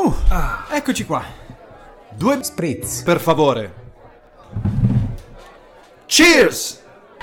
Eccoci qua. 2 spritz. per favore. Cheers!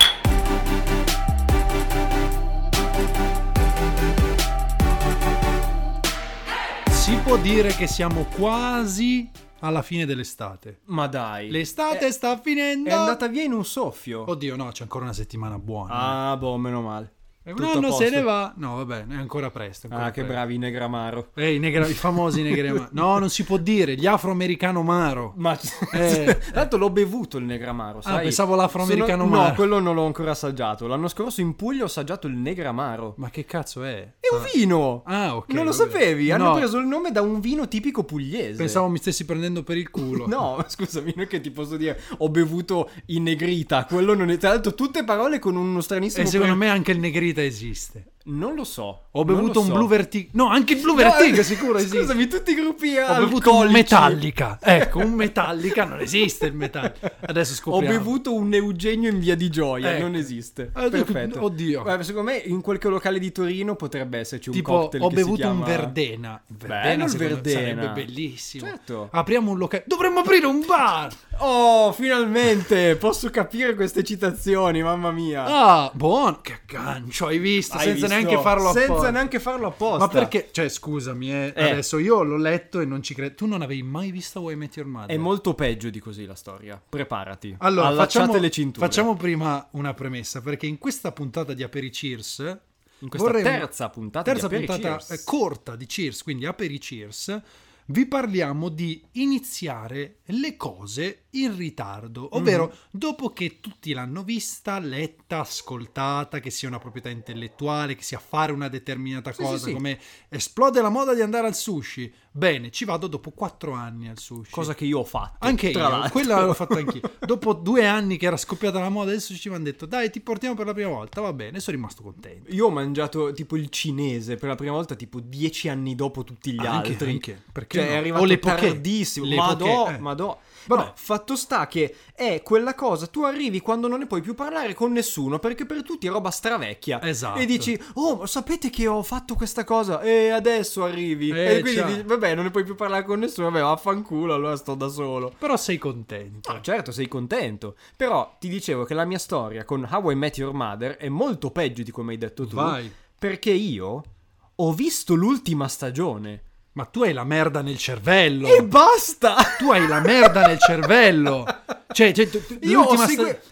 Si può dire che siamo quasi alla fine dell'estate. Ma dai. L'estate sta finendo. È andata via in un soffio. Oddio, no, c'è ancora una settimana buona. Ah, boh, meno male. E un tutto a anno posto. se ne va. No, vabbè, è ancora presto. Che bravi, Negramaro. I famosi negri. No, non si può dire. Gli afroamericano maro. Ma Eh. tra l'altro l'ho bevuto il Negramaro, sai? pensavo l'afroamericano No, maro. quello non l'ho ancora assaggiato. L'anno scorso in Puglia ho assaggiato il Negramaro. Ma che cazzo è? È un vino! Ah, ok. Non lo vabbè. sapevi? Hanno No, preso il nome da un vino tipico pugliese. Pensavo mi stessi prendendo per il culo. No, ma scusami, non è che ti posso dire ho bevuto in negrita. Quello non è. Tra l'altro tutte parole con uno stranissimo E secondo me anche il negrita esiste. Non lo so. Ho non bevuto lo un so. Blue Vertigo. No, anche il Blue Vertigo sicuro esiste. Scusami, tutti i gruppi Ho bevuto un Metallica. Ecco, un Metallica. Non esiste il Metallica. Adesso Ho scopriamo. bevuto un Eugenio in via di Gioia. Ecco. Non esiste. tu- Perfetto. oddio. Guarda, secondo me in qualche locale di Torino potrebbe esserci un Tipo, cocktail ho che si bevuto chiama... un Verdena. Bello il secondo me Verdena. sarebbe bellissimo. Certo. Apriamo un locale. Dovremmo aprire un bar. Oh, finalmente! Posso capire queste citazioni, mamma mia. Ah, buono. Che gancio, hai visto? Hai senza visto? neanche farlo apposta. Senza neanche farlo apposta. Ma perché? Cioè, scusami, adesso io l'ho letto e non ci credo. Tu non avevi mai visto How I Met Your Mother? È molto peggio di così la storia. Preparati. Allora, allacciate le cinture. facciamo prima una premessa, perché in questa puntata di Aperi Cheers, In questa terza puntata di Aperi Cheers. corta di Cheers, quindi Aperi Cheers, vi parliamo di iniziare le cose in ritardo, ovvero dopo che tutti l'hanno vista, letta, ascoltata, che sia una proprietà intellettuale, che sia fare una determinata cosa, sì. come esplode la moda di andare al sushi. Bene, ci vado dopo 4 anni al sushi. Cosa che io ho fatto. Anche tra io, l'altro. quella l'ho fatta anch'io. Dopo 2 anni che era scoppiata la moda, adesso ci hanno detto dai, ti portiamo per la prima volta, va bene, sono rimasto contento. Io ho mangiato tipo il cinese per la prima volta tipo 10 anni dopo tutti gli altri. Anche, perché Cioè no? è arrivato O le poké. tardissimo. Le Madò, poké, madò. Vabbè. No, fatto sta che è quella cosa, tu arrivi quando non ne puoi più parlare con nessuno perché per tutti è roba stravecchia. Esatto. E dici, oh, sapete che ho fatto questa cosa? E adesso arrivi. E quindi ciao. dici, vabbè, non ne puoi più parlare con nessuno, vabbè, vaffanculo, allora sto da solo. Però sei contento. Ah, certo, sei contento. Però ti dicevo che la mia storia con How I Met Your Mother è molto peggio di come hai detto tu. Vai. Perché io ho visto l'ultima stagione. Ma tu hai la merda nel cervello. E basta! Tu hai la merda nel cervello. Cioè Io ho l'ultima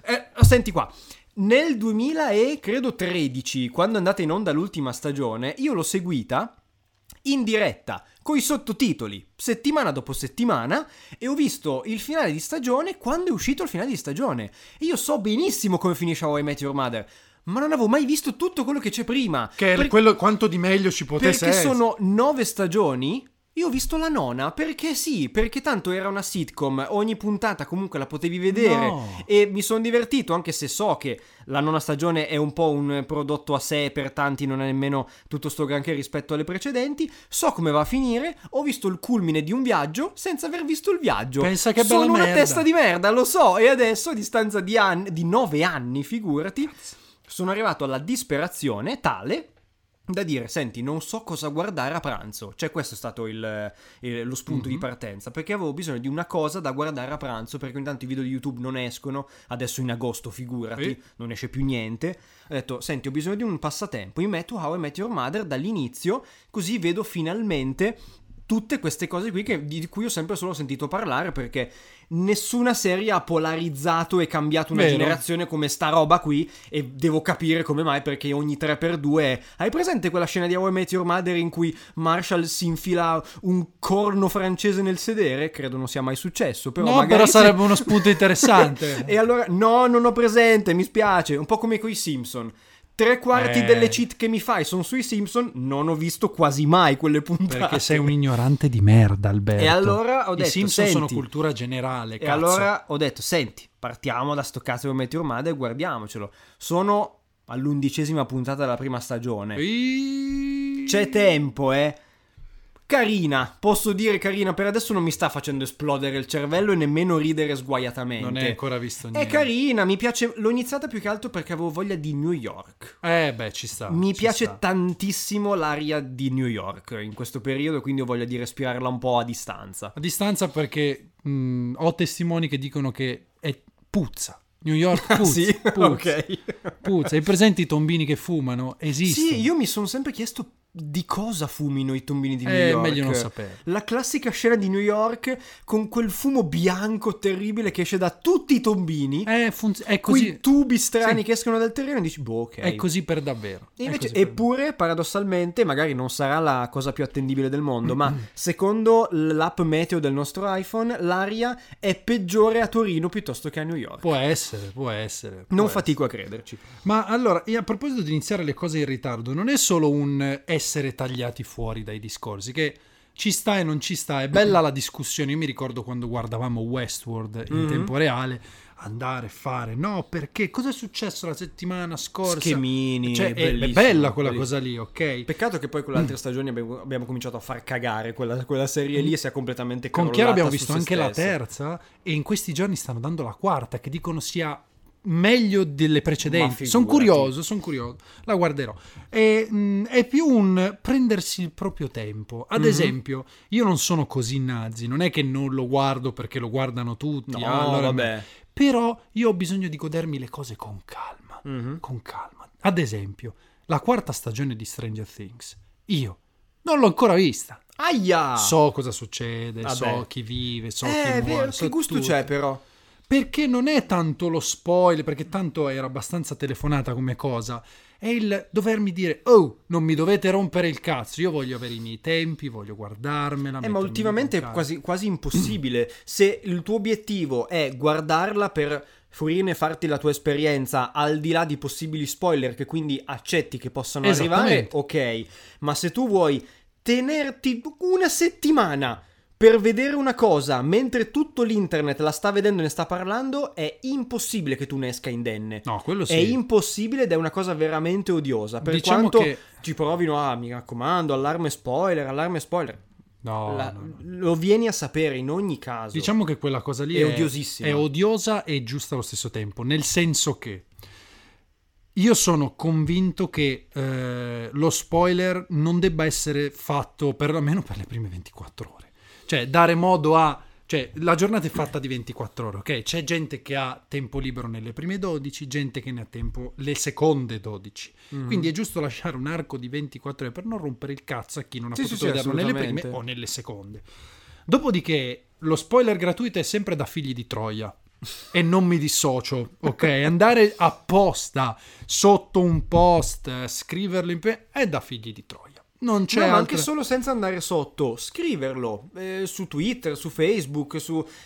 senti qua. Nel 2013, quando è andata in onda l'ultima stagione, io l'ho seguita in diretta, coi sottotitoli, settimana dopo settimana, e ho visto il finale di stagione quando è uscito il finale di stagione. E io so benissimo come finisce How I Met Your Mother, ma non avevo mai visto tutto quello che c'è prima. che è quello quanto di meglio ci potesse Perché essere. sono 9 stagioni. Io ho visto la nona perché sì, perché tanto era una sitcom, ogni puntata comunque la potevi vedere. No. E mi sono divertito, anche se so che la nona stagione è un po' un prodotto a sé, per tanti non è nemmeno tutto sto granché rispetto alle precedenti. So come va a finire, ho visto il culmine di un viaggio senza aver visto il viaggio. Pensa che bella Sono una merda. testa di merda, lo so, e adesso a distanza di 9 anni, figurati, sono arrivato alla disperazione tale da dire, senti, non so cosa guardare a pranzo. Cioè questo è stato lo spunto di partenza, perché avevo bisogno di una cosa da guardare a pranzo, perché ogni tanto i video di YouTube non escono, adesso in agosto figurati, non esce più niente. Ho detto, senti, ho bisogno di un passatempo, mi metto How I Met Your Mother dall'inizio, così vedo finalmente tutte queste cose qui di cui ho sempre solo sentito parlare, perché nessuna serie ha polarizzato e cambiato una Vero. generazione come sta roba qui, e devo capire come mai, perché ogni 3x2 hai presente quella scena di How I Met Your Mother in cui Marshall si infila un corno francese nel sedere? Credo non sia mai successo, però No, magari però sarebbe uno spunto interessante. E allora no, non ho presente, mi spiace, un po' come coi Simpson. 3/4 delle cheat che mi fai sono sui Simpson, non ho visto quasi mai quelle puntate. Perché sei un ignorante di merda, Alberto. E allora ho detto, i Simpson sono senti, cultura generale, e cazzo. allora ho detto, senti, partiamo da sto cazzo di How I Met Your Mother e guardiamocelo. Sono all'11ª puntata della prima stagione. C'è tempo, Carina, posso dire carina, per adesso non mi sta facendo esplodere il cervello e nemmeno ridere sguaiatamente. Non hai ancora visto niente. È carina, mi piace, l'ho iniziata più che altro perché avevo voglia di New York. Beh, ci sta. Mi ci piace sta. tantissimo l'aria di New York in questo periodo, quindi ho voglia di respirarla un po' a distanza. A distanza perché ho testimoni che dicono che puzza. New York puzza, Sì? puzza, Ok. puzza. Hai presenti i tombini che fumano? Esistono. Sì, io mi sono sempre chiesto di cosa fumino i tombini di New È York. meglio non sapere. La classica scena di New York con quel fumo bianco terribile che esce da tutti i tombini. È Quei così. tubi strani Sì. che escono dal terreno e dici, boh, ok. È così per davvero. E È invece, così per eppure, paradossalmente, magari non sarà la cosa più attendibile del mondo, ma secondo l'app meteo del nostro iPhone, l'aria è peggiore a Torino piuttosto che a New York. Può essere. Può Non essere. fatico a crederci. Ma allora, e a proposito di iniziare le cose in ritardo, non è solo un essere tagliati fuori dai discorsi, che ci sta e non ci sta, è bella la discussione. Io mi ricordo quando guardavamo Westworld in tempo reale, andare, fare, no, perché cosa è successo la settimana scorsa? Schemini, Cioè, è bellissimo, bella quella bellissimo. cosa lì, ok? Peccato che poi con le altre stagioni abbiamo cominciato a far cagare quella serie lì e sia completamente Con crollata Chiara abbiamo su visto se anche la stessa. terza e in questi giorni stanno dando la quarta, che dicono sia meglio delle Ma precedenti. figurati. Sono curioso, la guarderò. È più un prendersi il proprio tempo. Ad esempio, io non sono così nazi, non è che non lo guardo perché lo guardano tutti. No, allora vabbè. però io ho bisogno di godermi le cose con calma. Con calma. Ad esempio, la quarta stagione di Stranger Things. Io non l'ho ancora vista. Aia! So cosa succede, Vabbè. so chi vive, so chi Vero, muore. so che gusto tutto. c'è però? Perché non è tanto lo spoiler, perché tanto era abbastanza telefonata come cosa, è il dovermi dire, oh, non mi dovete rompere il cazzo, io voglio avere i miei tempi, voglio guardarmela. Ma mettermi ultimamente è con calma. quasi impossibile. Se il tuo obiettivo è guardarla per fruirne e farti la tua esperienza al di là di possibili spoiler che quindi accetti che possano arrivare, Esattamente. ok. Ma se tu vuoi tenerti una settimana per vedere una cosa mentre tutto l'internet la sta vedendo e ne sta parlando, è impossibile che tu ne esca indenne. No, quello sì. È impossibile ed è una cosa veramente odiosa. Per Diciamo quanto che- ci provino, mi raccomando, allarme spoiler. No, no. Lo vieni a sapere in ogni caso. Diciamo che quella cosa lì È odiosissima. È odiosa e giusta allo stesso tempo, nel senso che io sono convinto che lo spoiler non debba essere fatto perlomeno per le prime 24 ore. Cioè, dare modo a... Cioè, la giornata è fatta di 24 ore, ok? C'è gente che ha tempo libero nelle prime 12, gente che ne ha tempo le seconde 12. Quindi è giusto lasciare un arco di 24 ore per non rompere il cazzo a chi non ha Sì, potuto sì, sì, vederlo nelle prime assolutamente. o nelle seconde. Dopodiché, lo spoiler gratuito è sempre da figli di Troia. E non mi dissocio, ok? Andare apposta sotto un post, scriverlo è da figli di Troia. Non c'è No, ma altra- anche solo senza andare sotto, scriverlo su Twitter, su Facebook,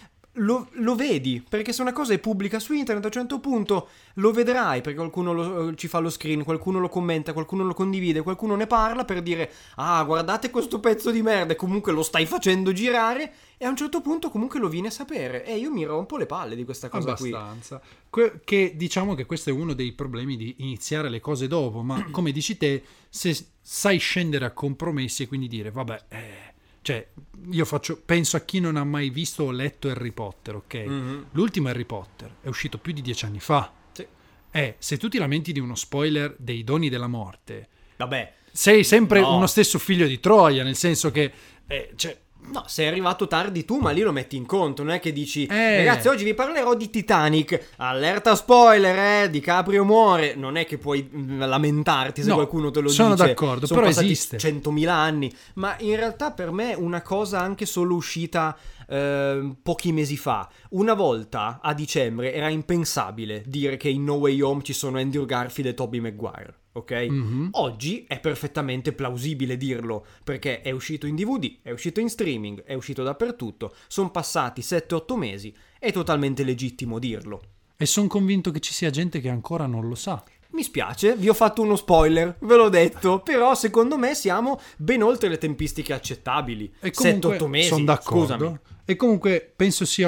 lo vedi, perché se una cosa è pubblica su internet a un certo punto lo vedrai, perché qualcuno ci fa lo screen, qualcuno lo commenta, qualcuno lo condivide, qualcuno ne parla per dire ah, guardate questo pezzo di merda e comunque lo stai facendo girare e a un certo punto comunque lo vieni a sapere e io mi rompo le palle di questa cosa qui. Abbastanza. Che diciamo che questo è uno dei problemi di iniziare le cose dopo, ma come dici te, se sai scendere a compromessi e quindi dire vabbè, cioè io penso a chi non ha mai visto o letto Harry Potter, ok? L'ultimo Harry Potter è uscito più di 10 anni fa. Sì. Se tu ti lamenti di uno spoiler dei doni della morte, Vabbè, sei sempre No. uno stesso figlio di Troia, nel senso che cioè, no, sei arrivato tardi tu, ma lì lo metti in conto, non è che dici Ragazzi, ragazzi oggi vi parlerò di Titanic, allerta spoiler, DiCaprio muore, non è che puoi lamentarti se No, qualcuno te lo sono dice. d'accordo, Sono però passati esiste. 100.000 anni, ma in realtà per me una cosa anche solo uscita pochi mesi fa, una volta a dicembre era impensabile dire che in No Way Home ci sono Andrew Garfield e Tobey Maguire. Ok? Oggi è perfettamente plausibile dirlo perché è uscito in DVD, è uscito in streaming, è uscito dappertutto. Sono passati 7-8 mesi, è totalmente legittimo dirlo. e sono convinto che ci sia gente che ancora non lo sa. Mi spiace, vi ho fatto uno spoiler, ve l'ho detto, però secondo me siamo ben oltre le tempistiche accettabili. E comunque 7-8 mesi, sono d'accordo. scusami. E comunque penso sia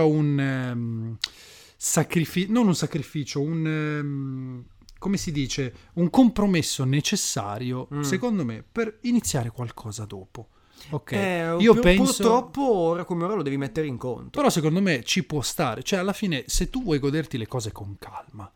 un sacrificio, non un sacrificio, come si dice, un compromesso necessario, secondo me, per iniziare qualcosa dopo. Ok, io penso... Purtroppo ora come ora lo devi mettere in conto. Però secondo me ci può stare. Cioè, alla fine, se tu vuoi goderti le cose con calma,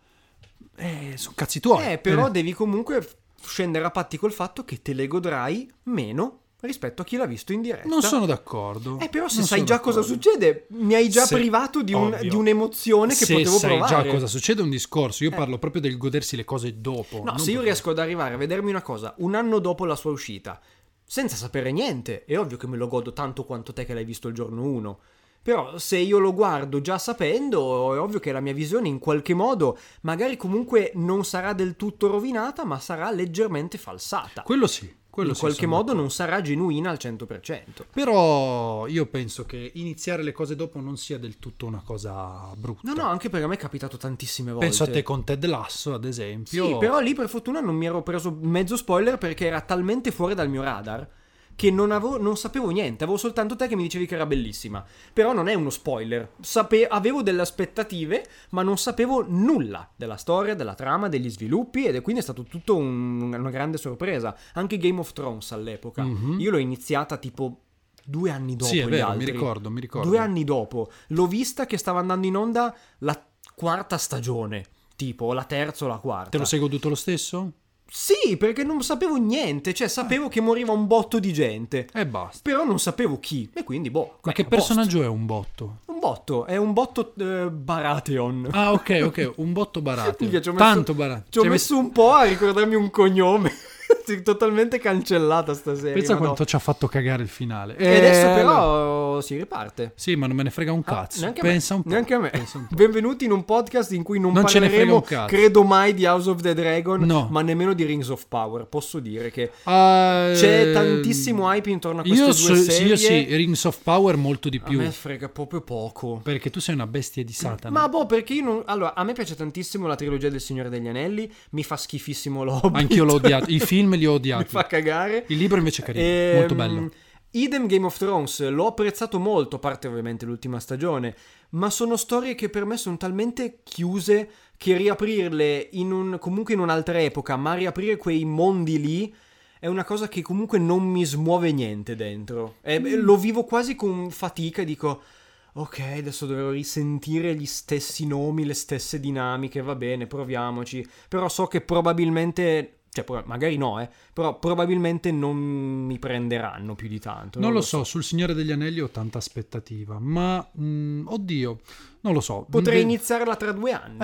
sono cazzi tuoi. Però devi comunque scendere a patti col fatto che te le godrai meno rispetto a chi l'ha visto in diretta. Non sono d'accordo. Però se Non sai sono già d'accordo. cosa succede, mi hai già Se- privato di ovvio. un'emozione che se potevo sai provare. già cosa succede è un discorso. Io parlo proprio del godersi le cose dopo. No, non se io proprio- riesco ad arrivare a vedermi una cosa un anno dopo la sua uscita, senza sapere niente, è ovvio che me lo godo tanto quanto te che l'hai visto il giorno 1. Però se io lo guardo già sapendo, è ovvio che la mia visione in qualche modo magari comunque non sarà del tutto rovinata, ma sarà leggermente falsata. Quello sì. Quello In sì, qualche sono modo d'accordo. non sarà genuina al 100%. Però io penso che iniziare le cose dopo non sia del tutto una cosa brutta. No, anche perché a me è capitato tantissime volte. Penso a te con Ted Lasso, ad esempio. Sì, però lì per fortuna non mi ero preso mezzo spoiler perché era talmente fuori dal mio radar che non sapevo niente, avevo soltanto te che mi dicevi che era bellissima. Però non è uno spoiler, avevo delle aspettative, ma non sapevo nulla della storia, della trama, degli sviluppi, ed è quindi è stato tutto una grande sorpresa. Anche Game of Thrones all'epoca, io l'ho iniziata tipo 2 anni dopo Sì, è gli vero, altri. mi ricordo. 2 anni dopo. L'ho vista che stava andando in onda la 4ª stagione, tipo, o la 3ª o la 4ª. Te lo sei goduto lo stesso? Sì, perché non sapevo niente, cioè sapevo che moriva un botto di gente, E basta. però non sapevo chi, e quindi Ma che a posto. personaggio è un botto? Un botto, è un botto Baratheon. Ah, ok, un botto barato. Minchia, ci ho messo- Tanto barato. Ci ho messo un po' a ricordarmi un cognome. Totalmente cancellata sta serie. Pensa ma no. quanto ci ha fatto cagare il finale. E adesso però si riparte. Sì, ma non me ne frega un cazzo. Neanche Pensa a me. un po'. Neanche a me. Pensa un po'. Benvenuti in un podcast in cui non ce ne frega parleremo, un cazzo. credo mai, di House of the Dragon, No. ma nemmeno di Rings of Power. Posso dire che C'è c'è tantissimo hype intorno a queste due serie. Io sì, Rings of Power molto di A più. me frega proprio poco. Perché tu sei una bestia di Satana. Ma perché io non... Allora, a me piace tantissimo la trilogia del Signore degli Anelli, mi fa schifissimo l'Hobbit. Anch'io l'ho odiato. I film li ho Mi odiati. fa cagare. Il libro invece è carino, molto bello. Idem Game of Thrones, l'ho apprezzato molto, a parte ovviamente l'ultima stagione, ma sono storie che per me sono talmente chiuse che riaprirle comunque in un'altra epoca, ma riaprire quei mondi lì è una cosa che comunque non mi smuove niente dentro. Lo vivo quasi con fatica e dico... Ok, adesso dovrò risentire gli stessi nomi, le stesse dinamiche, va bene, proviamoci. Però so che probabilmente... Cioè, magari no, però probabilmente non mi prenderanno più di tanto. Non lo so, sul Signore degli Anelli ho tanta aspettativa, ma oddio, non lo so. Potrei iniziarla tra 2 anni.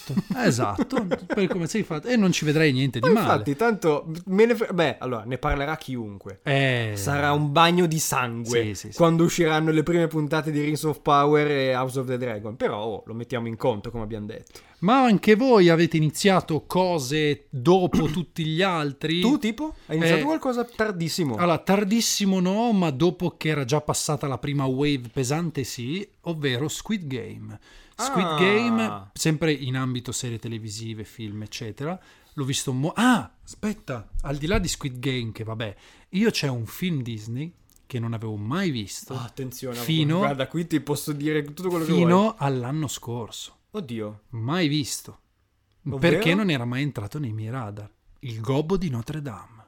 Esatto, per come sei fatto. E non ci vedrei niente di Ma male. infatti, tanto beh, allora, ne parlerà chiunque. Sarà un bagno di sangue Sì. quando usciranno le prime puntate di Rings of Power e House of the Dragon. Però lo mettiamo in conto, come abbiamo detto. Ma anche voi avete iniziato cose dopo tutti gli altri? Tu, tipo? Hai iniziato qualcosa tardissimo? Allora, tardissimo no, ma dopo che era già passata la prima wave pesante sì, ovvero Squid Game. Squid Game, sempre in ambito serie televisive, film, eccetera. L'ho visto aspetta, al di là di Squid Game, che vabbè, io c'è un film Disney che non avevo mai visto. Attenzione, guarda, qui ti posso dire tutto quello che vuoi. Fino all'anno scorso. Oddio. Mai visto. Ovvero? Perché non era mai entrato nei miei radar. Il Gobbo di Notre Dame.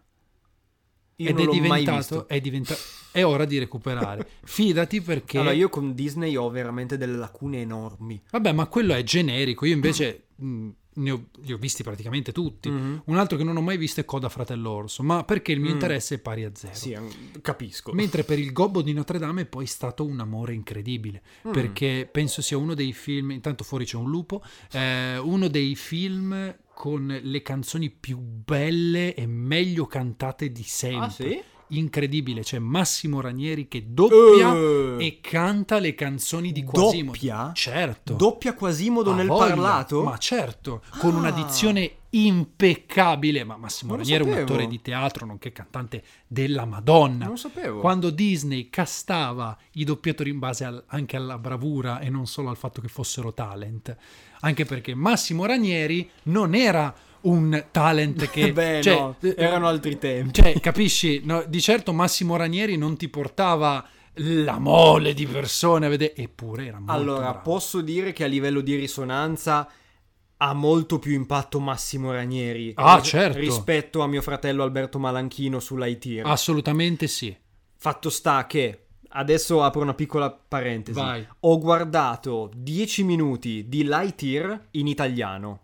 Io non l'ho mai visto. È ora di recuperare. Fidati perché... Allora, io con Disney ho veramente delle lacune enormi. Vabbè, ma quello è generico. Io invece li ho visti praticamente tutti. Mm-hmm. Un altro che non ho mai visto è Coda Fratello Orso, ma perché il mio interesse è pari a zero. Sì, capisco. Mentre per il Gobbo di Notre Dame è poi stato un amore incredibile, perché penso sia uno dei film, intanto fuori c'è un lupo, uno dei film con le canzoni più belle e meglio cantate di sempre. Ah, sì? Incredibile, c'è Massimo Ranieri che doppia e canta le canzoni di Quasimodo. Doppia? Certo. Doppia Quasimodo Ha nel voglia, parlato? Ma certo, con una dizione impeccabile. Ma Massimo Non lo Ranieri è un sapevo. attore di teatro nonché cantante della Madonna. Non lo sapevo. Quando Disney castava i doppiatori in base anche alla bravura e non solo al fatto che fossero talent, anche perché Massimo Ranieri non era un talent che no, erano altri tempi. cioè, capisci? No, di certo Massimo Ranieri non ti portava la mole di persone a vedere, eppure era molto Allora, bravo. posso dire che a livello di risonanza ha molto più impatto Massimo Ranieri Certo. rispetto a mio fratello Alberto Malanchino sull'Air. Assolutamente sì. Fatto sta che, adesso apro una piccola parentesi, Vai. ho guardato 10 minuti di Lightyear in italiano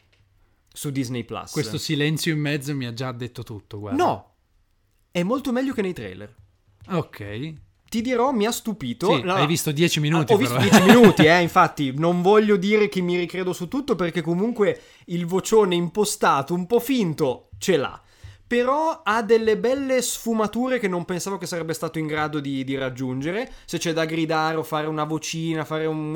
su Disney Plus. Questo silenzio in mezzo mi ha già detto tutto, guarda. No, è molto meglio che nei trailer. Ok. Ti dirò, mi ha stupito. Sì, hai visto 10 minuti Ho però. visto 10 minuti, infatti non voglio dire che mi ricredo su tutto perché comunque il vocione impostato, un po' finto, ce l'ha. Però ha delle belle sfumature che non pensavo che sarebbe stato in grado di raggiungere. Se c'è da gridare o fare una vocina,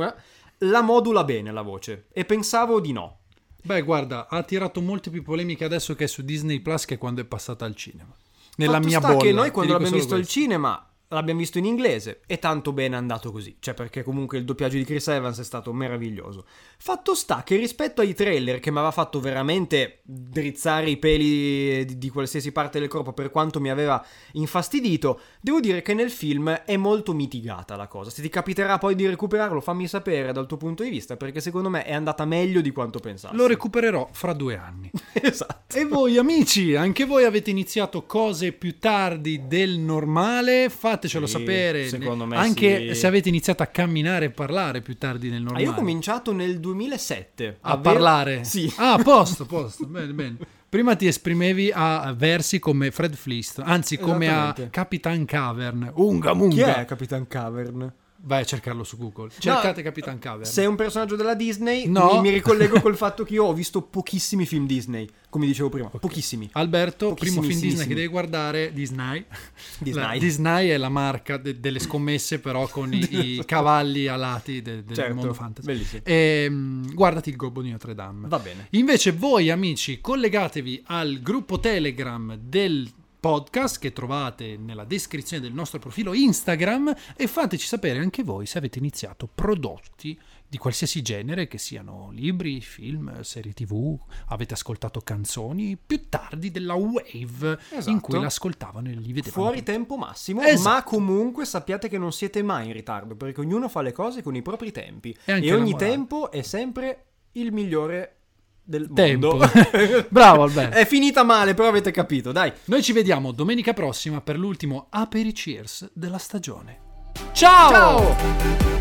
la modula bene la voce. E pensavo di no. Beh, guarda, ha attirato molte più polemiche adesso che è su Disney Plus che quando è passata al cinema. Nella Fatto mia sta bolla. che noi ti quando dico l'abbiamo solo visto al questo. cinema l'abbiamo visto in inglese e tanto bene è andato così, cioè perché comunque il doppiaggio di Chris Evans è stato meraviglioso. Fatto sta che rispetto ai trailer che mi aveva fatto veramente drizzare i peli di qualsiasi parte del corpo per quanto mi aveva infastidito, devo dire che nel film è molto mitigata la cosa. Se ti capiterà poi di recuperarlo, fammi sapere dal tuo punto di vista, perché secondo me è andata meglio di quanto pensassi. Lo recupererò fra 2 anni. Esatto. E voi amici, anche voi avete iniziato cose più tardi del normale? Fatecelo Sì, sapere. secondo me anche sì. se avete iniziato a camminare e parlare più tardi del normale. Io ho cominciato nel 2007 a parlare? Sì. Ah, a posto. Bene, bene. Prima ti esprimevi a versi come Fred Flintstone, anzi come a Esattamente. Capitan Cavern. Unga Chi munga. è Capitan Cavern? Vai a cercarlo su Google. Cercate Capitan Cavern. Se è un personaggio della Disney, No. mi ricollego col fatto che io ho visto pochissimi film Disney, come dicevo prima, pochissimi. Alberto, primo film Disney che Pochissimissimi. devi guardare, Disney. Disney. Disney è la marca delle scommesse, però con i cavalli alati del Certo, mondo fantasy. bellissimo. Guardati il Gobbo di Notre Dame. Va bene. Invece voi amici, collegatevi al gruppo Telegram del podcast che trovate nella descrizione del nostro profilo Instagram e fateci sapere anche voi se avete iniziato prodotti di qualsiasi genere, che siano libri, film, serie TV, avete ascoltato canzoni più tardi della wave Esatto. in cui l'ascoltavano e li vedevano. Fuori tutti. tempo massimo, Esatto. ma comunque sappiate che non siete mai in ritardo, perché ognuno fa le cose con i propri tempi. E anche E la ogni morale. tempo è sempre il migliore del Tempo. mondo. Bravo Alberto. È finita male, però avete capito, dai. Noi ci vediamo domenica prossima per l'ultimo Aperi Cheers della stagione. Ciao!